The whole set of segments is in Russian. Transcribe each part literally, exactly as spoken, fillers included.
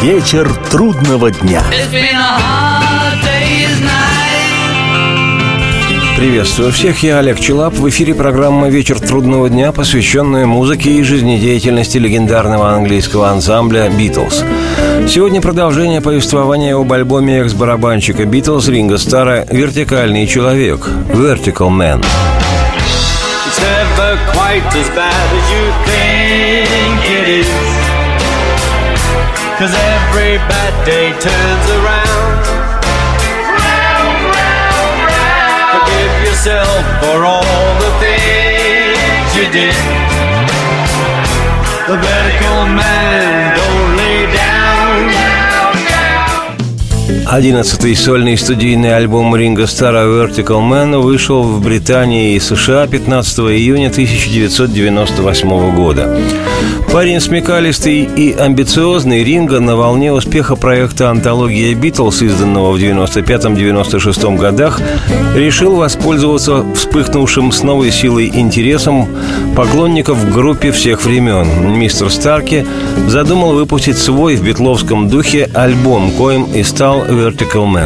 Вечер трудного дня. Приветствую всех, я Олег Челап. В эфире программа «Вечер трудного дня», посвященная музыке и жизнедеятельности легендарного английского ансамбля «Битлз». Сегодня продолжение повествования об альбоме экс-барабанщика «Битлз» Ринго Старра «Вертикальный человек» «Vertical Man». It's never quite as bad as you think it is, 'cause every bad day turns around. Round, round, round. Forgive yourself for all the things you did. The vertical man, don't lay down. Одиннадцатый сольный студийный альбом Ринго Старра «Vertical Man» вышел в Британии и США пятнадцатого июня тысяча девятьсот девяносто восьмого года. Парень смекалистый и амбициозный, Ринго на волне успеха проекта «Антология Битлз», изданного в девяносто пятом — девяносто шестом годах, решил воспользоваться вспыхнувшим с новой силой интересом поклонников в группе всех времен. Мистер Старки задумал выпустить свой в битловском духе альбом, коим и стал «Vertical Man».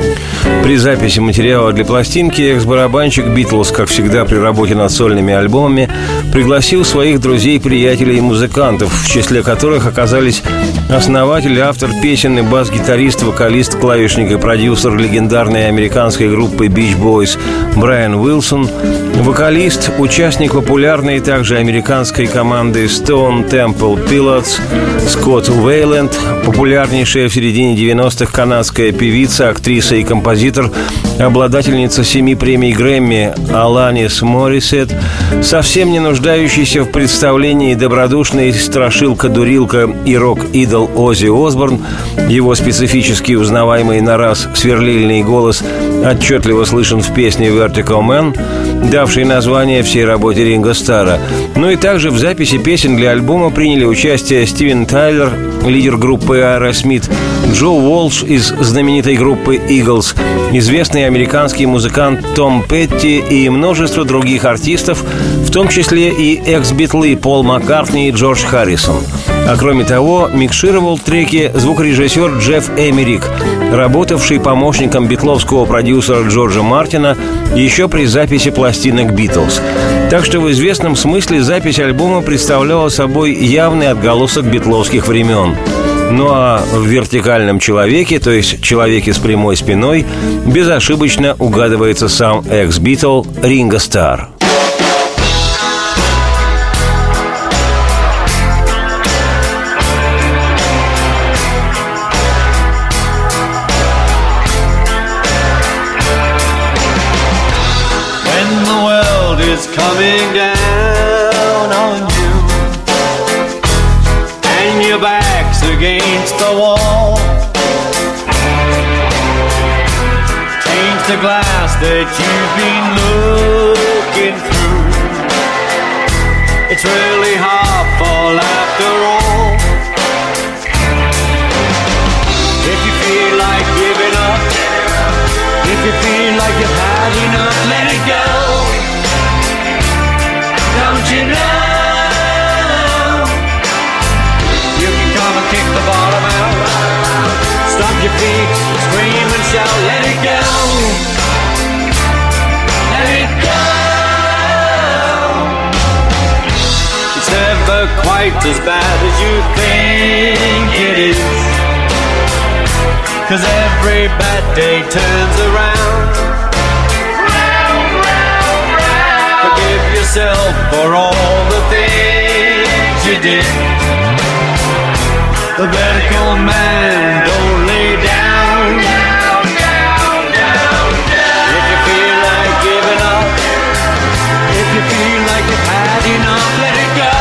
При записи материала для пластинки экс-барабанщик «Битлз», как всегда при работе над сольными альбомами, пригласил своих друзей, приятелей и музыкантов, в числе которых оказались основатель, автор песен и бас-гитарист, вокалист, клавишник и продюсер легендарной американской группы Beach Boys Брайан Уилсон, вокалист, участник популярной также американской команды Stone Temple Pilots Скотт Уэйленд, популярнейшая в середине девяностых канадская певица, актриса и композитор, обладательница семи премий Грэмми Аланис Морисет, совсем не нуждающийся в представлении добродушный страшилка-дурилка и рок-идол Оззи Осборн, его специфически узнаваемый на раз сверлильный голос отчетливо слышен в песне «Vertical Man», давшей название всей работе Ринго Старра. Ну и также в записи песен для альбома приняли участие Стивен Тайлер, лидер группы Aerosmith, Джо Уолш из знаменитой группы Eagles, известный американский музыкант Том Петти и множество других артистов, в том числе и экс-битлы Пол Маккартни и Джордж Харрисон. А кроме того, микшировал треки звукорежиссер Джефф Эмерик, работавший помощником битловского продюсера Джорджа Мартина еще при записи пластинок «Битлз». Так что в известном смысле запись альбома представляла собой явный отголосок битловских времен. Ну а в «Вертикальном человеке», то есть «Человеке с прямой спиной», безошибочно угадывается сам экс-битл Ринго Старр. Coming down on you, and your back's against the wall. Change the glass that you've been looking through. It's really half full after all. If you feel like giving up, if you feel like you've had enough, let it go. Don't you know you can come and kick the bottom out, stomp your feet, scream and shout, let it go, let it go. It's never quite as bad as you think it is, 'cause every bad day turns around. Yourself for all the things you did. The vertical man, don't lay down. Down, down, down, down. If you feel like giving up, if you feel like you've had enough, let it go.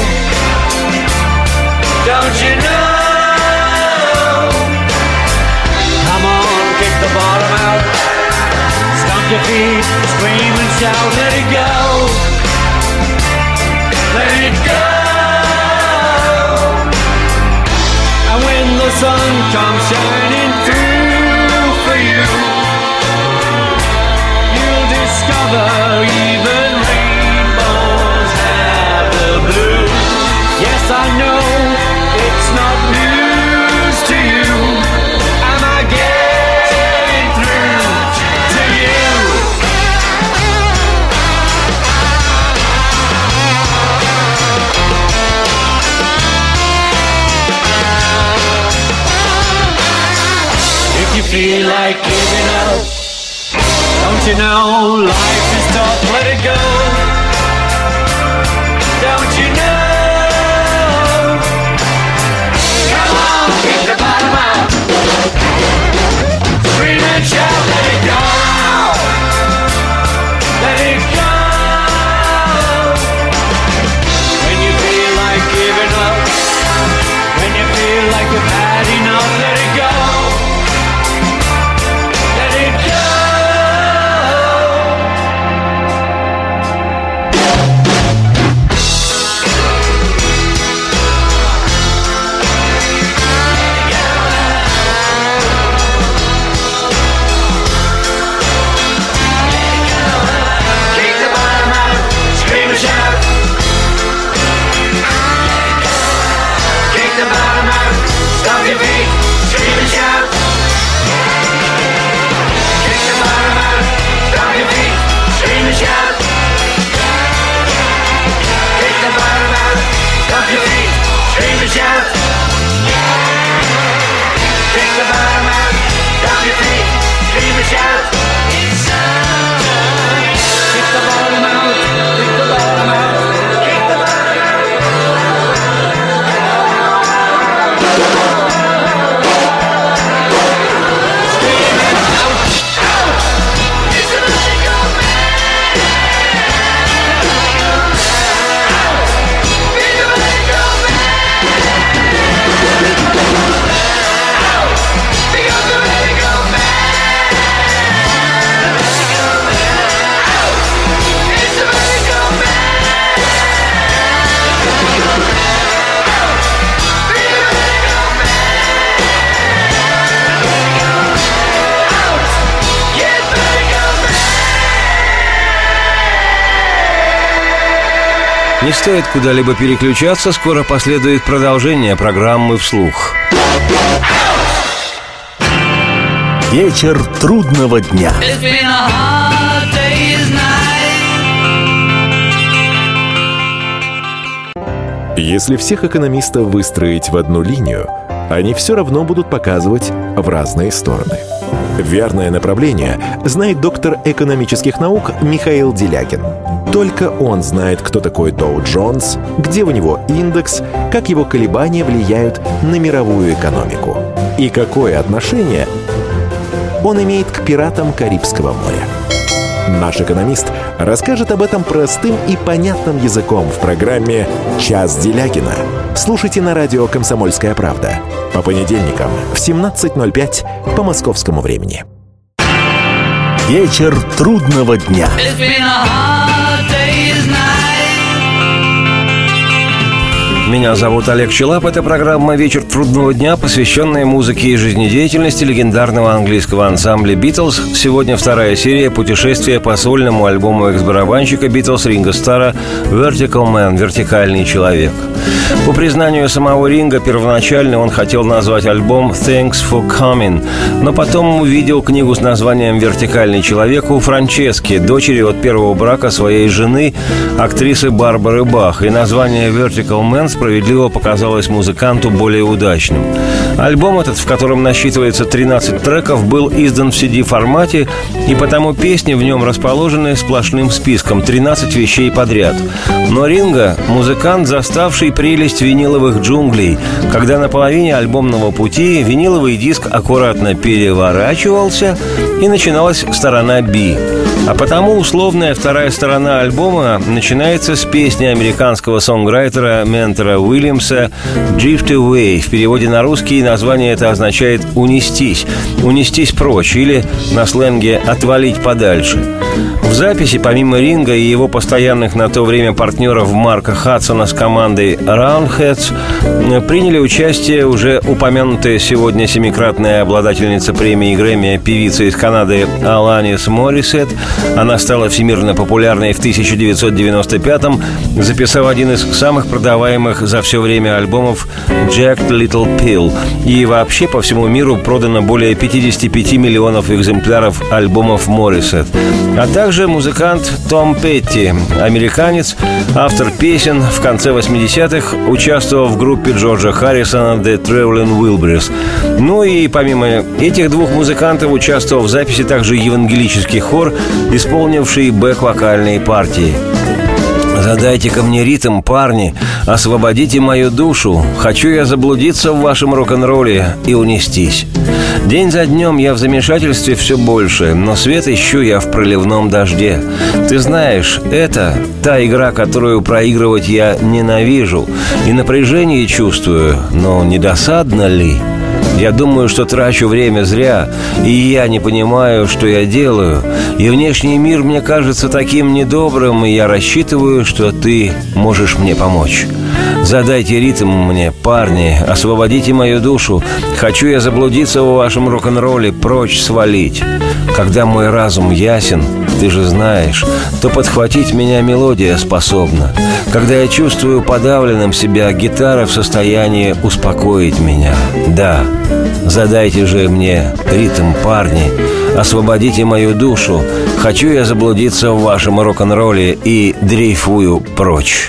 Don't you know? Come on, kick the bottom out, stomp your feet, scream and shout, let it go. Let it go. And when the sun comes shining through for you, you'll discover even rainbows have the blue. Yes, I know it's not news to feel like giving up. Don't you know life is tough, let it go. Don't you know? Come on, kick the bottom out. Scream and shout, let it go. Let it go. When you feel like giving up, when you feel like you've had enough, let it go. Let it go. Kick the bottom out, scream and shout. Kick the bottom out, stomp your feet, scream and shout. Kick the bottom out, stomp your feet, scream and shout. Kick the bottom out, stomp your feet, scream and shout. Kick the bottom out, stomp your feet, scream and shout. Kick the bottom out, kick the bottom out, kick the bottom out. Не стоит куда-либо переключаться, скоро последует продолжение программы «Вслух». Вечер трудного дня. It's been a hard day's night. Если всех экономистов выстроить в одну линию, они все равно будут показывать в разные стороны. Верное направление знает доктор экономических наук Михаил Делякин. Только он знает, кто такой Доу Джонс, где у него индекс, как его колебания влияют на мировую экономику и какое отношение он имеет к пиратам Карибского моря. Наш экономист расскажет об этом простым и понятным языком в программе «Час Делякина». Слушайте на радио «Комсомольская правда» по понедельникам в семнадцать ноль пять по московскому времени. Вечер трудного дня. It's been a hard day's night. Меня зовут Олег Челап. Это программа «Вечер трудного дня», посвященная музыке и жизнедеятельности легендарного английского ансамбля «Битлз». Сегодня вторая серия путешествия по сольному альбому экс-барабанщика «Битлз» Ринго Старра «Vertical Man» – «Вертикальный человек». По признанию самого Ринго, первоначально он хотел назвать альбом «Thanks for Coming», но потом увидел книгу с названием «Вертикальный человек» у Франчески, дочери от первого брака своей жены, актрисы Барбары Бах, и название «Vertical Man» справедливо показалось музыканту более удачным. Альбом этот, в котором насчитывается тринадцать треков, был издан в си ди-формате, и потому песни в нем расположены сплошным списком – тринадцать вещей подряд. Но Ринго – музыкант, заставший прелесть виниловых джунглей, когда на половине альбомного пути виниловый диск аккуратно переворачивался, и начиналась сторона «Би». А потому условная вторая сторона альбома начинается с песни американского сонграйтера Ментора Уильямса «Drift Away». В переводе на русский название это означает «унестись», «унестись прочь» или на сленге «отвалить подальше». В записи, помимо Ринго и его постоянных на то время партнеров Марка Хадсона с командой Roundheads, приняли участие уже упомянутая сегодня семикратная обладательница премии Грэмми, певица из Канады Аланис Морисет, Она стала всемирно популярной в тысяча девятьсот девяносто пятом, записав один из самых продаваемых за все время альбомов «Jagged Little Pill». И вообще по всему миру продано более пятьдесят пять миллионов экземпляров альбомов Morissette. А также музыкант Том Петти, американец, автор песен, в конце восьмидесятых участвовал в группе Джорджа Харрисона «The Traveling Wilburys». Ну и помимо этих двух музыкантов участвовал в записи также евангелический хор, исполнивший бэк-вокальные партии. «Задайте-ка мне ритм, парни, освободите мою душу. Хочу я заблудиться в вашем рок-н-ролле и унестись. День за днем я в замешательстве все больше, но свет ищу я в проливном дожде. Ты знаешь, это та игра, которую проигрывать я ненавижу, и напряжение чувствую, но не досадно ли? Я думаю, что трачу время зря, и я не понимаю, что я делаю. И внешний мир мне кажется таким недобрым, и я рассчитываю, что ты можешь мне помочь. Задайте ритм мне, парни, освободите мою душу. Хочу я заблудиться в вашем рок-н-ролле, прочь свалить. Когда мой разум ясен, ты же знаешь, то подхватить меня мелодия способна. Когда я чувствую подавленным себя, гитара в состоянии успокоить меня. Да, задайте же мне ритм, парни, освободите мою душу. Хочу я заблудиться в вашем рок-н-ролле и дрейфую прочь.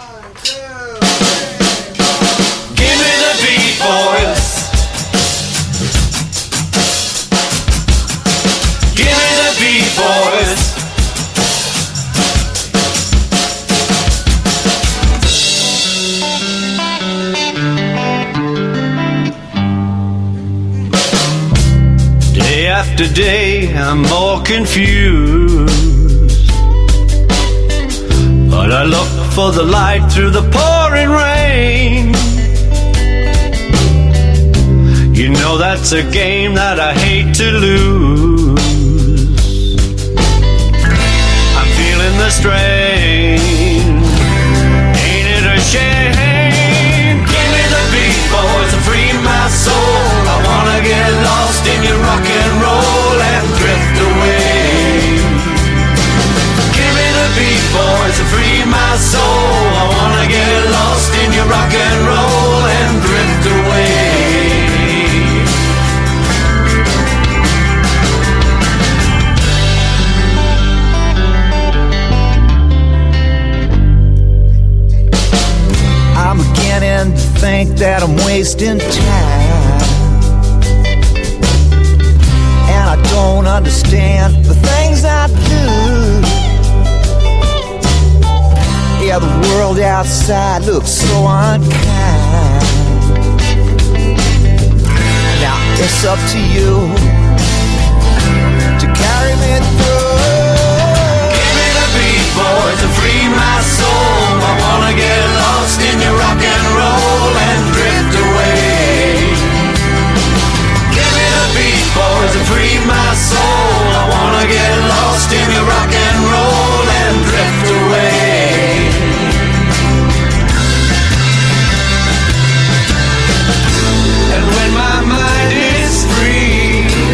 Today I'm more confused, but I look for the light through the pouring rain. You know that's a game that I hate to lose. I'm feeling the strain. Ain't it a shame? Give me the beat, boys, and free my soul. I wanna get lost in your rock and roll and drift away. Give me the beat, boys, and free my soul. I wanna get lost in your rock and roll and drift away. I'm beginning to think that I'm wasting time, and I don't understand the things I do. Yeah, the world outside looks so unkind. Now it's up to you to carry me through. Give me the beat, boys, and free my soul. I wanna get lost in your rock and roll and drift away. Give me the beat, boys, and free my soul. I wanna get lost in your rock and roll and drift away. And when my mind is free,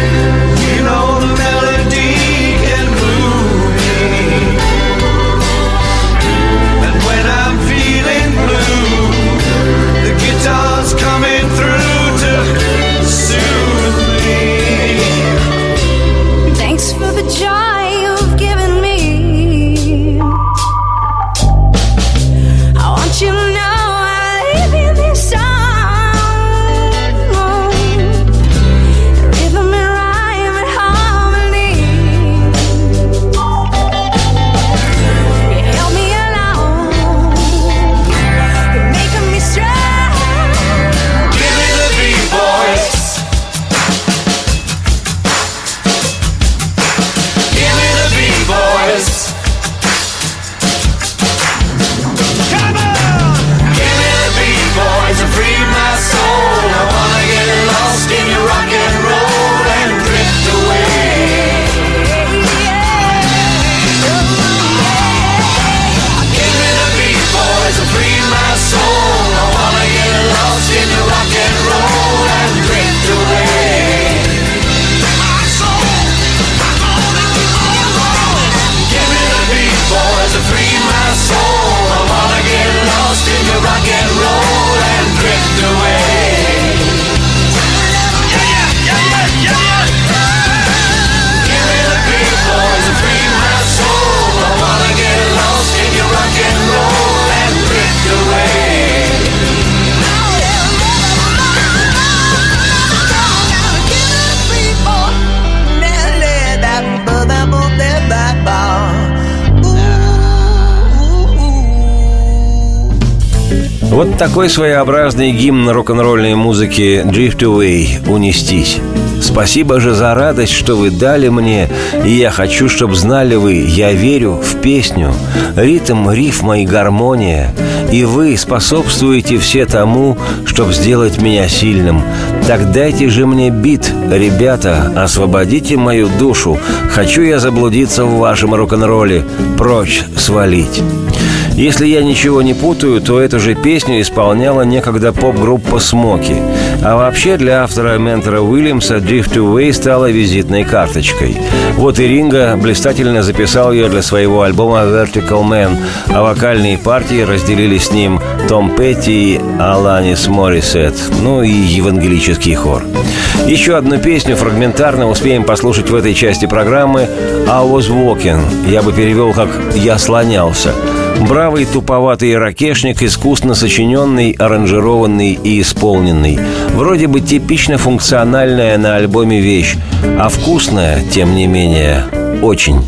такой своеобразный гимн рок-н-ролльной музыки «Drift Away» — «Унестись». Спасибо же за радость, что вы дали мне, и я хочу, чтоб знали вы, я верю в песню, ритм, рифма и гармония, и вы способствуете все тому, чтоб сделать меня сильным. Так дайте же мне бит, ребята, освободите мою душу, хочу я заблудиться в вашем рок-н-ролле, прочь свалить. Если я ничего не путаю, то эту же песню исполняла некогда поп-группа «Смоки». А вообще для автора-ментора Уильямса «Drift Away» стала визитной карточкой. Вот и Ринго блистательно записал ее для своего альбома «Vertical Man», а вокальные партии разделили с ним Том Петти и Аланис Морисет, ну и евангелический хор. Еще одну песню фрагментарно успеем послушать в этой части программы «I was walking». Я бы перевел как «Я слонялся». Бравый туповатый ракешник, искусно сочиненный, аранжированный и исполненный. Вроде бы типично функциональная на альбоме вещь, а вкусная, тем не менее, очень.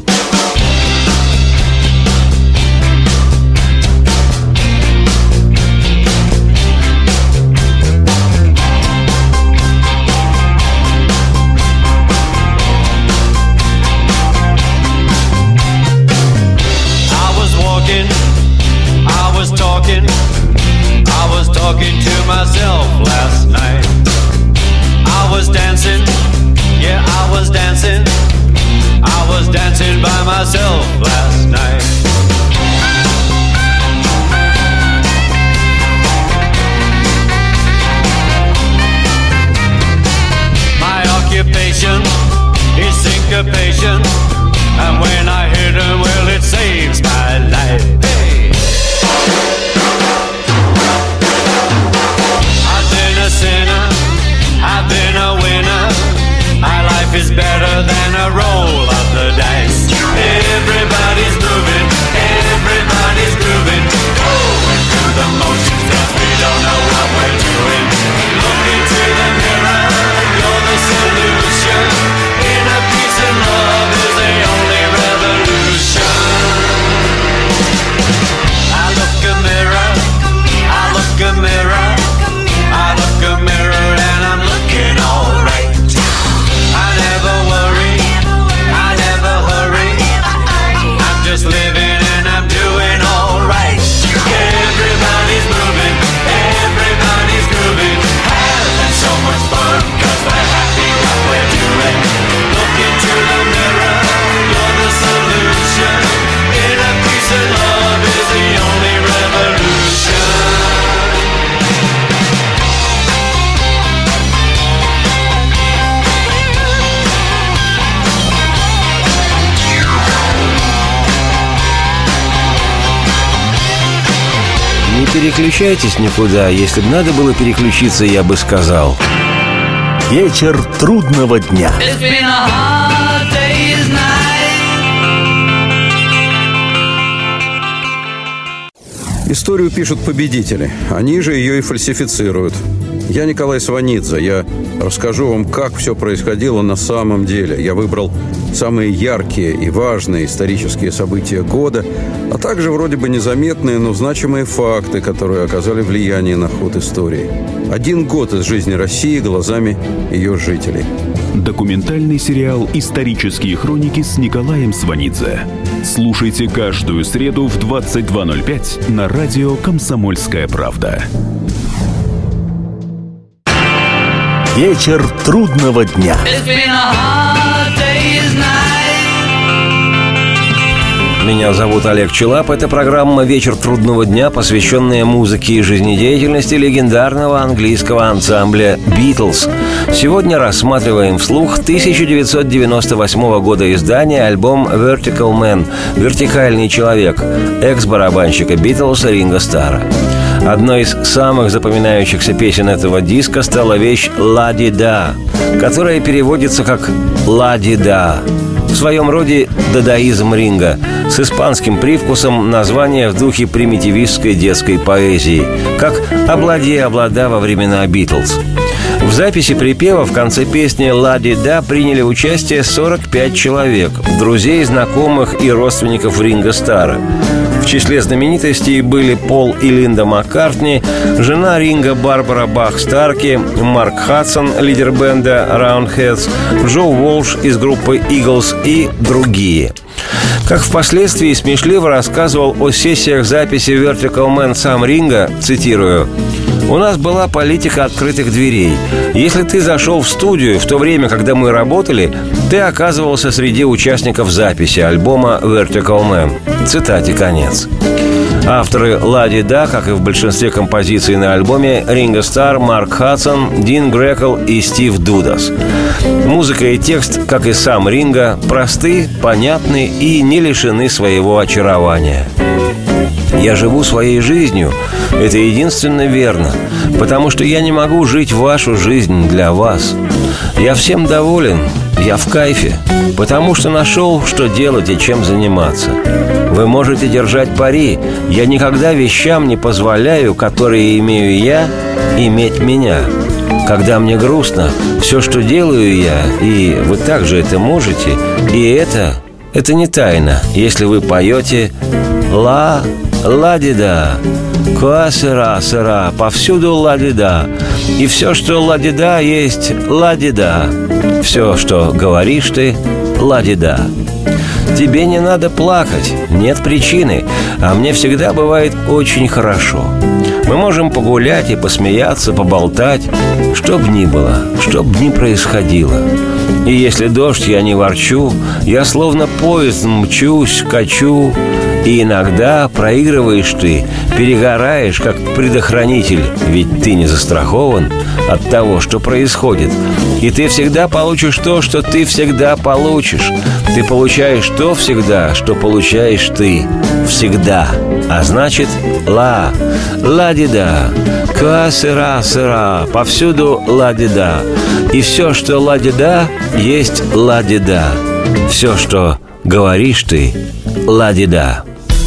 Переключайтесь никуда. Если бы надо было переключиться, я бы сказал. Вечер трудного дня. Историю пишут победители. Они же ее и фальсифицируют. Я Николай Сванидзе. Я расскажу вам, как все происходило на самом деле. Я выбрал самые яркие и важные исторические события года, а также вроде бы незаметные, но значимые факты, которые оказали влияние на ход истории. Один год из жизни России глазами ее жителей. Документальный сериал «Исторические хроники» с Николаем Сванидзе. Слушайте каждую среду в двадцать два ноль пять на радио «Комсомольская правда». Вечер трудного дня. Меня зовут Олег Челап. Это программа «Вечер трудного дня», посвященная музыке и жизнедеятельности легендарного английского ансамбля «Битлз». Сегодня рассматриваем вслух тысяча девятьсот девяносто восьмого года издания альбом «Vertical Man» — «Вертикальный человек» экс-барабанщика «Битлз» Ринго Старра. Одной из самых запоминающихся песен этого диска стала вещь «Ла-ди-да», которая переводится как «Ла-ди-да». В своем роде дадаизм Ринго, с испанским привкусом названия в духе примитивистской детской поэзии, как «Облади-облада» во времена «Битлз». В записи припева в конце песни «Ла-ди-да» приняли участие сорок пять человек, друзей, знакомых и родственников Ринго Старра. В числе знаменитостей были Пол и Линда Маккартни, жена Ринга Барбара Бах-Старки, Марк Хадсон, лидер бенда Roundheads, Джо Уолш из группы Eagles и другие. Как впоследствии смешливо рассказывал о сессиях записи Vertical Man сам Ринго, цитирую: «У нас была политика открытых дверей. Если ты зашел в студию в то время, когда мы работали, ты оказывался среди участников записи альбома Vertical Man». Цитате конец. Авторы «Ла-Ди-Да», как и в большинстве композиций на альбоме, Ринго Старр, Марк Хадсон, Дин Грекл и Стив Дудас. Музыка и текст, как и сам Ринго, просты, понятны и не лишены своего очарования. «Я живу своей жизнью. Это единственно верно, потому что я не могу жить вашу жизнь для вас. Я всем доволен, я в кайфе, потому что нашел, что делать и чем заниматься. Вы можете держать пари. Я никогда вещам не позволяю, которые имею я, иметь меня. Когда мне грустно, все, что делаю я, и вы также это можете, и это, это не тайна, если вы поете «Ла, ла-ди-да», «Куа-сыра-сыра», повсюду «ла-ди-да». И все, что «ла-ди-да», есть «ла-ди-да». Все, что говоришь ты, «ла-ди-да». Тебе не надо плакать, нет причины, а мне всегда бывает очень хорошо. Мы можем погулять и посмеяться, поболтать, что б ни было, что б ни происходило. И если дождь, я не ворчу, я словно поезд мчусь, качу. И иногда проигрываешь ты, перегораешь, как предохранитель, ведь ты не застрахован от того, что происходит. И ты всегда получишь то, что ты всегда получишь. Ты получаешь то всегда, что получаешь ты. Всегда. А значит, ла, ла-ди-да, ка-сыра-сыра, повсюду ла-ди-да. И все, что ла-ди-да, есть ла-ди-да. Все, что говоришь ты, ла-ди-да.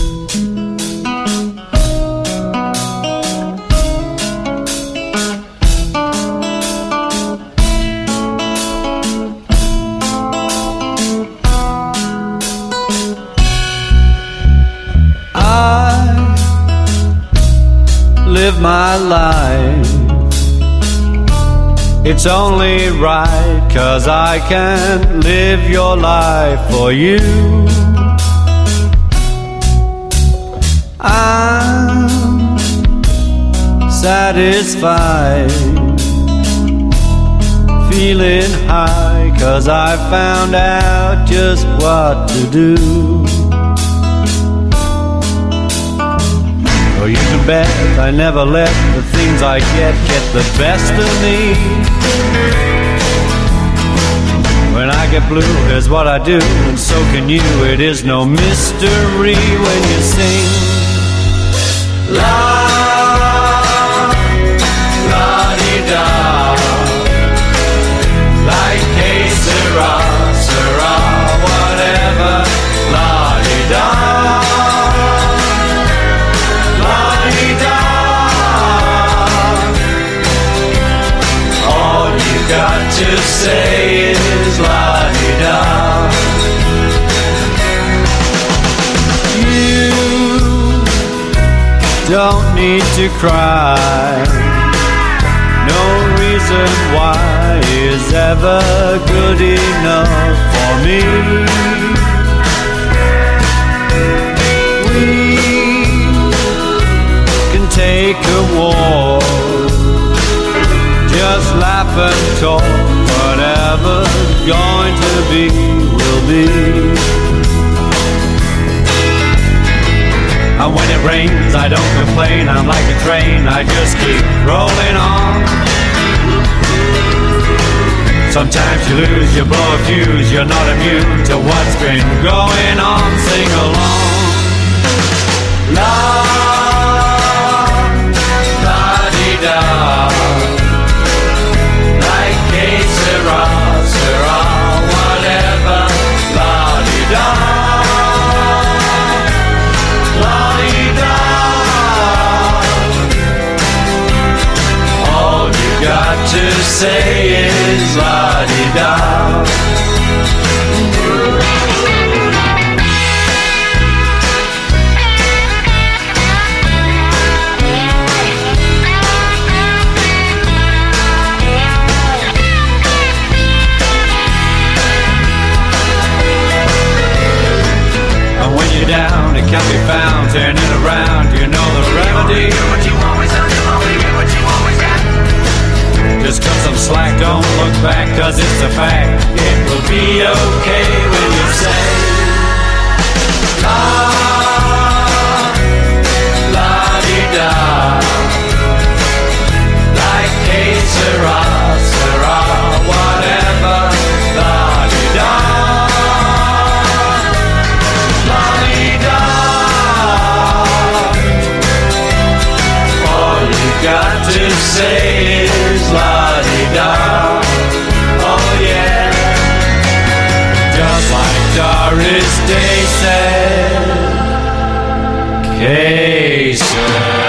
Live my life. It's only right, 'cause I can't live your life for you. I'm satisfied, feeling high, 'cause I found out just what to do. Oh, you can bet I never let the things I get get the best of me. When I get blue, here's what I do, and so can you. It is no mystery when you sing. La, la-di-da, like hey, sirrah, sirrah, whatever. La-di-da. Got to say is la-di-da. You don't need to cry. No reason why is ever good enough for me. We can take a walk, just laugh and talk, whatever's going to be, will be. And when it rains, I don't complain, I'm like a train, I just keep rolling on. Sometimes you lose, you blow a fuse, you're not immune to what's been going on. Sing along. La, la-di-da, sirrah, sirrah, whatever, la-di-da, la-di-da. All you got to say is la-di-da. back, cause it's a fact. It will be okay when you say la, la-di-da, like que sera, sera, whatever, la-di-da, la-di-da. All you got to say is la-di-da. Oh yeah, just like Doris Day said, que sera.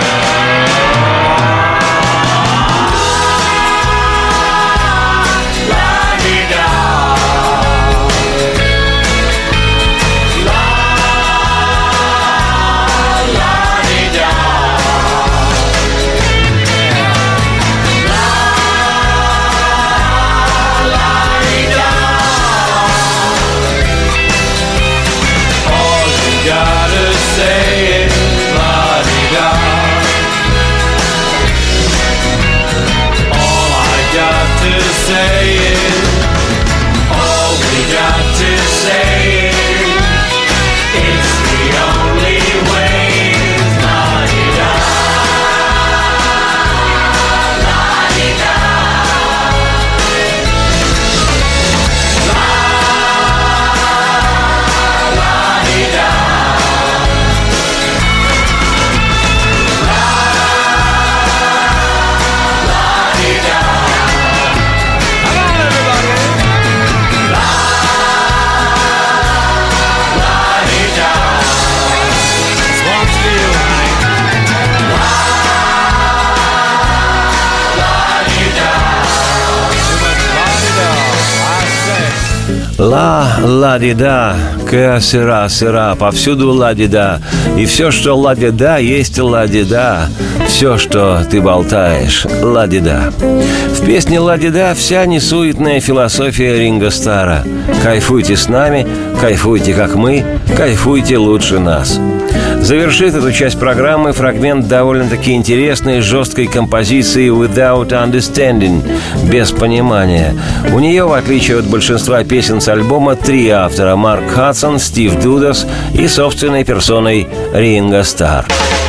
Ла-ла-ди-да, ка-сыра-сыра, повсюду ла-ди-да. И все, что ла-ди-да, есть ла-ди-да. Все, что ты болтаешь, ла-ди-да. В песне «Ла-ди-да» вся несуетная философия Ринго Старра. Кайфуйте с нами, кайфуйте как мы, кайфуйте лучше нас. Завершит эту часть программы фрагмент довольно-таки интересной жесткой композиции «Without Understanding» – «Без понимания». У нее, в отличие от большинства песен с альбома, три автора – Марк Хадсон, Стив Дудас и собственной персоной Ринго Старр.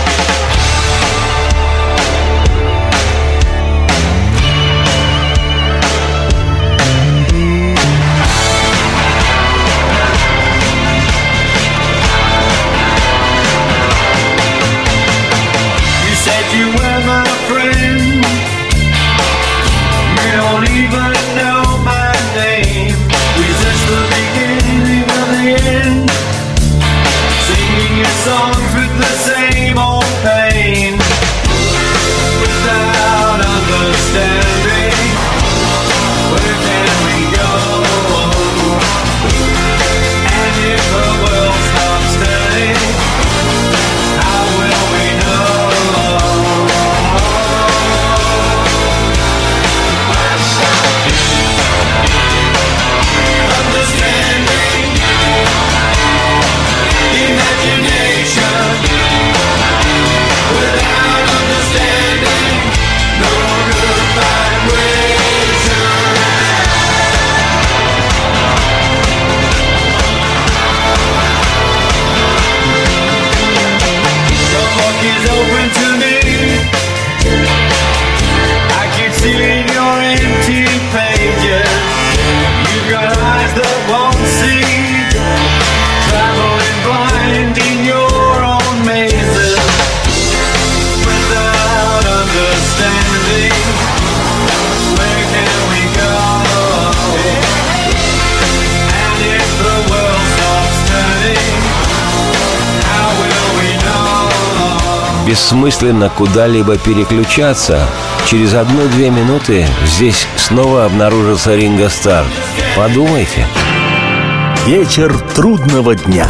Бессмысленно куда-либо переключаться. Через одну-две минуты здесь снова обнаружится Ринго Старр. Подумайте. Вечер трудного дня.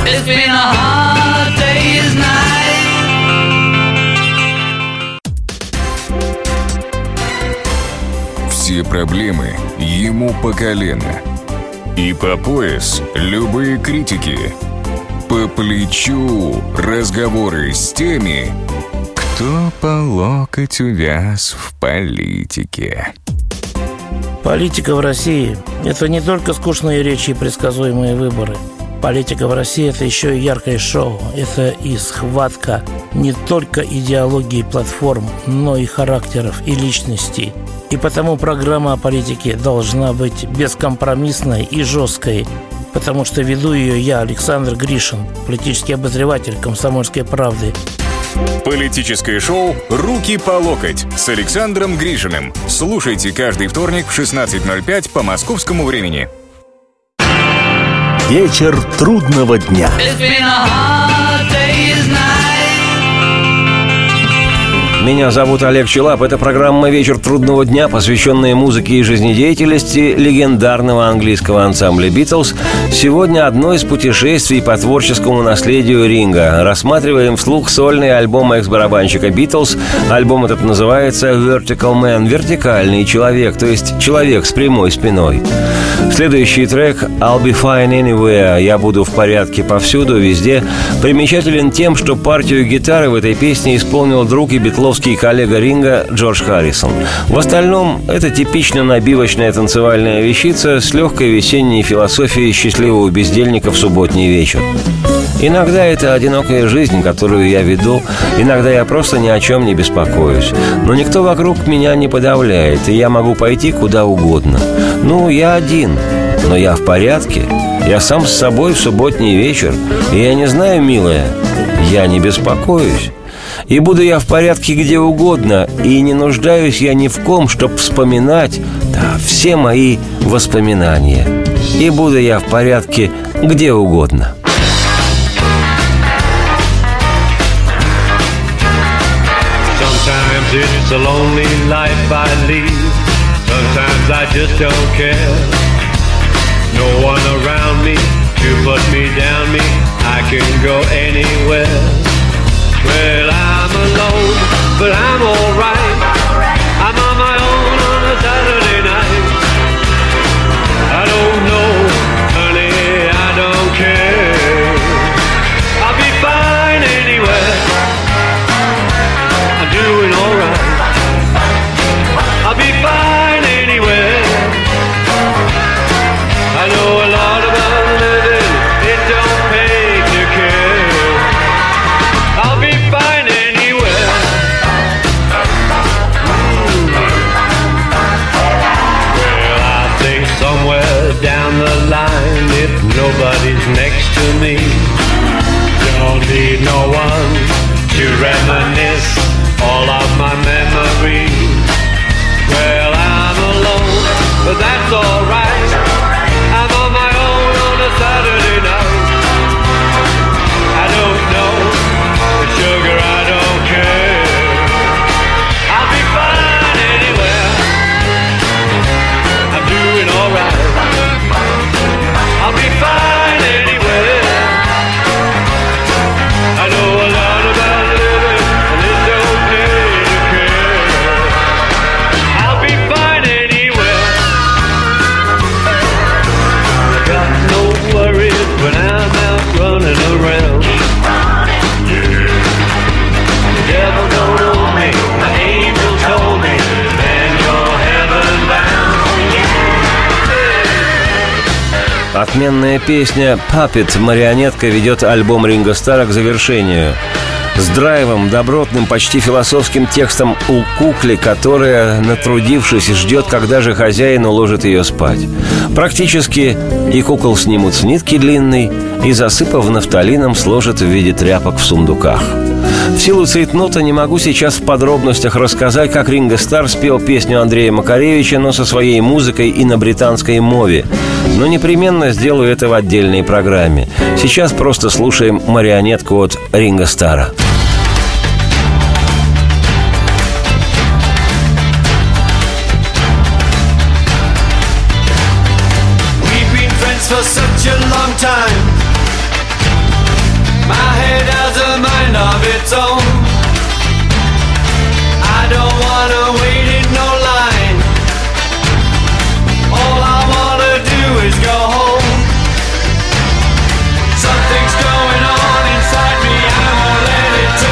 Все проблемы ему по колено. И по пояс любые критики. По плечу разговоры с теми, кто по локоть увяз в политике. Политика в России – это не только скучные речи и предсказуемые выборы. Политика в России – это еще и яркое шоу. Это и схватка не только идеологии платформ, но и характеров и личностей. И потому программа о политике должна быть бескомпромиссной и жесткой, потому что веду ее я, Александр Гришин, политический обозреватель «Комсомольской правды». Политическое шоу «Руки по локоть» с Александром Гришиным. Слушайте каждый вторник в шестнадцать ноль пять по московскому времени. Вечер трудного дня. Меня зовут Олег Челап. Это программа «Вечер трудного дня», посвященная музыке и жизнедеятельности легендарного английского ансамбля «Битлз». Сегодня одно из путешествий по творческому наследию Ринга. Рассматриваем вслух сольный альбом экс-барабанщика «Битлз». Альбом этот называется «Vertical Man» – «Вертикальный человек», то есть человек с прямой спиной. Следующий трек «I'll be fine anywhere» – «Я буду в порядке повсюду, везде» примечателен тем, что партию гитары в этой песне исполнил друг и битловский коллега Ринга Джордж Харрисон. В остальном это типично набивочная танцевальная вещица с легкой весенней философией счастливого бездельника в субботний вечер. Иногда это одинокая жизнь, которую я веду, иногда я просто ни о чем не беспокоюсь. Но никто вокруг меня не подавляет, и я могу пойти куда угодно. Ну, я один, но я в порядке. Я сам с собой в субботний вечер, и я не знаю, милая, я не беспокоюсь. И буду я в порядке где угодно, и не нуждаюсь я ни в ком, чтоб вспоминать, да, все мои воспоминания. И буду я в порядке где угодно. Sometimes it's a lonely life I lead. Sometimes I just don't care. No one around me to put me down, me I can go anywhere. Well, I'm alone, but I'm alright. I'm on my own on a Saturday night. I don't know, honey, I don't care. I'll be fine anywhere. I'm doing alright. I'll be fine anywhere. I know a lot about living, it don't pay to care. I'll be fine anywhere. Mm. Well, I think somewhere down the line, if nobody's next to me, don't need no one to reminisce all of my memories. Well, I'm alone, but that's alright. I'm on my own on a Saturday night. I don't know, but sugar, I don't care. I'll be fine anywhere. I'm doing alright. I'll be fine anywhere. I know a lot about living, and it don't pay to care. I'll be fine anywhere. I got no worries when I'm out running around. The devil don't own me, my angel told me, and you're heaven bound. Отменная песня «Puppet» «Марионетка» ведет альбом Ринго Старра к завершению. С драйвом, добротным, почти философским текстом у куклы, которая, натрудившись, ждет, когда же хозяин уложит ее спать. Практически и кукол снимут с нитки длинной и, засыпав нафталином, сложат в виде тряпок в сундуках. В силу цейтнота не могу сейчас в подробностях рассказать, как Ринго Старр спел песню Андрея Макаревича, но со своей музыкой и на британской мове. Но непременно сделаю это в отдельной программе. Сейчас просто слушаем «Марионетку» от Ринго Старра. For such a long time, my head has a mind of its own. I don't wanna wait in no line. All I wanna do is go home. Something's going on inside me, I won't let it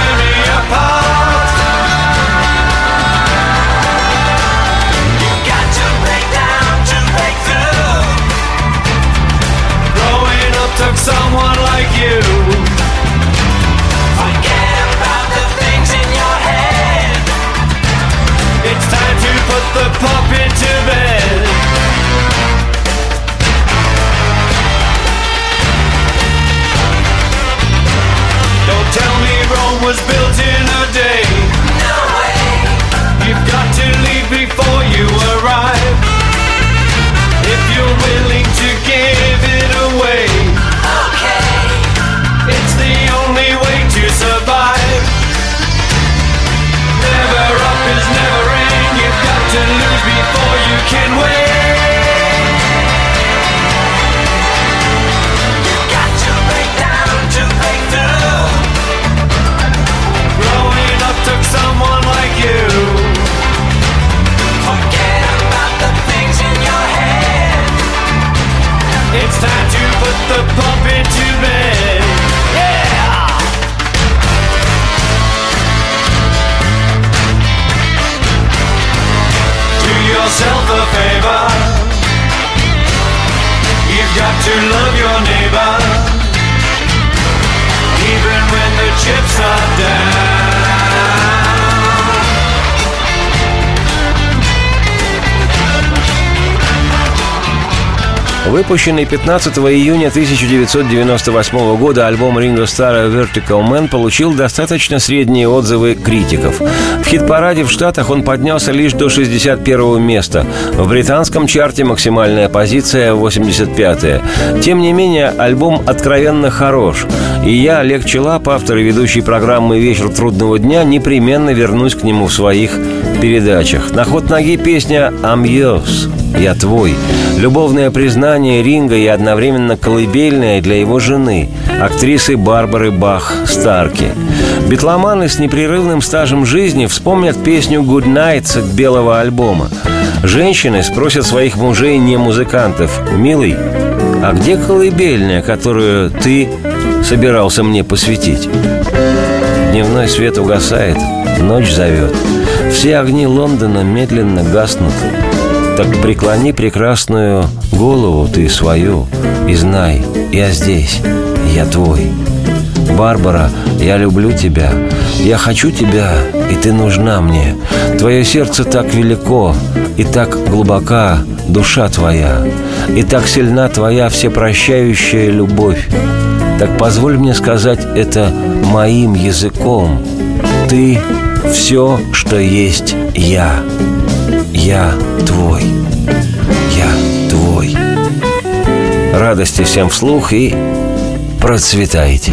Выпущенный пятнадцатого июня тысяча девятьсот девяносто восьмого года альбом Ринго Старра «Vertical Man» получил достаточно средние отзывы критиков. В хит-параде в Штатах он поднялся лишь до шестьдесят первого места. В британском чарте максимальная позиция восемьдесят пятая. Тем не менее, альбом откровенно хорош. И я, Олег Челап, автор и ведущий программы «Вечер трудного дня», непременно вернусь к нему в своих передачах. На ход ноги песня «I'm yours» — «Я твой». Любовное признание Ринго и одновременно колыбельное для его жены, актрисы Барбары Бах-Старки. Битломаны с непрерывным стажем жизни вспомнят песню «Good Night» с белого альбома. Женщины спросят своих мужей не-музыкантов: «Милый, а где колыбельная, которую ты собирался мне посвятить?» Дневной свет угасает, ночь зовет. Все огни Лондона медленно гаснут. Так преклони прекрасную голову ты свою и знай, я здесь, я твой. Барбара, я люблю тебя, я хочу тебя, и ты нужна мне. Твое сердце так велико, и так глубока душа твоя, и так сильна твоя всепрощающая любовь. Так позволь мне сказать это моим языком. Ты — все, что есть я. Я твой. Я твой. Радости всем вслух и процветайте.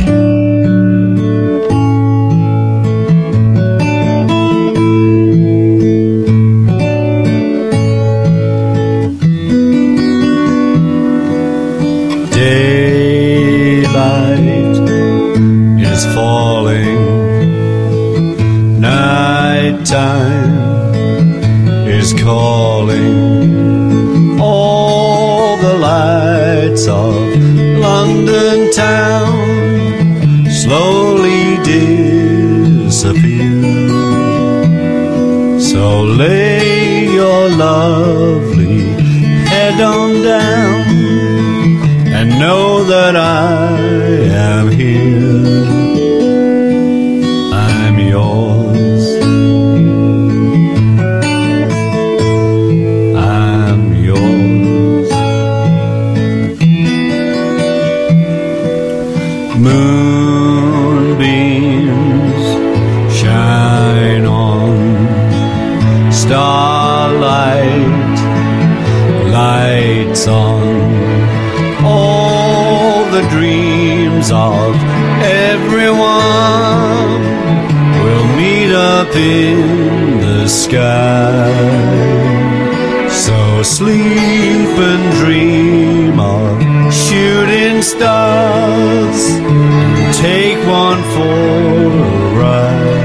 Time is calling. All the lights of London town slowly disappear. So lay your lovely head on down and know that I am here. I'm yours. Moonbeams shine on starlight, lights on all the dreams of everyone will meet up in the sky. So sleep and dream of shooting stars and take one for a ride.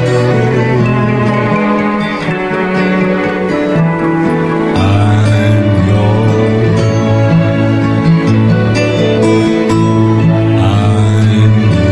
I'm yours. I'm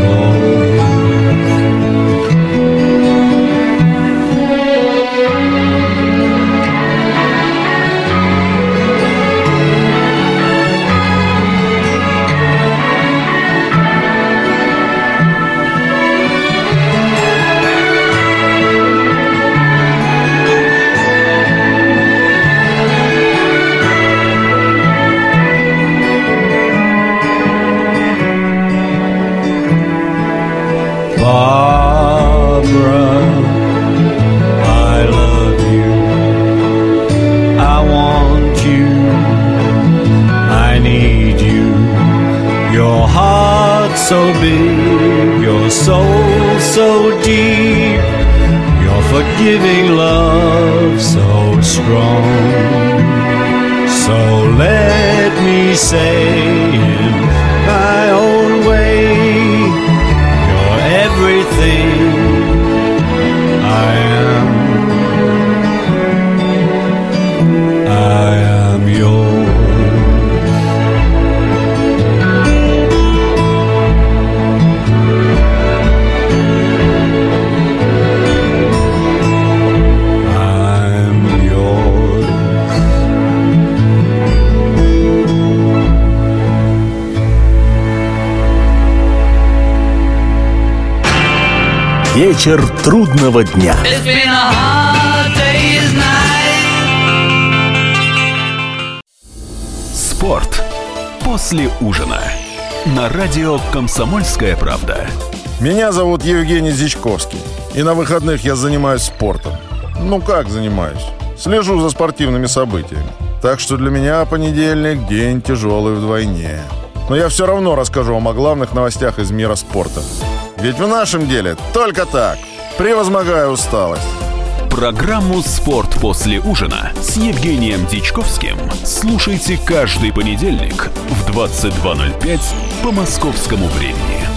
Barbara, I love you, I want you, I need you. Your heart so big, your soul so deep, your forgiving love so strong. So let me say in my own way, everything I am, I am yours. I'm yours. Вечер трудного дня. Спорт. после ужина на радио «Комсомольская правда». Меня зовут Евгений Зичковский, и на выходных я занимаюсь спортом. Ну как занимаюсь? Слежу за спортивными событиями. Так что для меня понедельник – день тяжелый вдвойне. Но я все равно расскажу вам о главных новостях из мира спорта. Ведь в нашем деле только так, превозмогая усталость. Программу «Спорт после ужина» с Евгением Дичковским слушайте каждый понедельник в двадцать два ноль пять по московскому времени.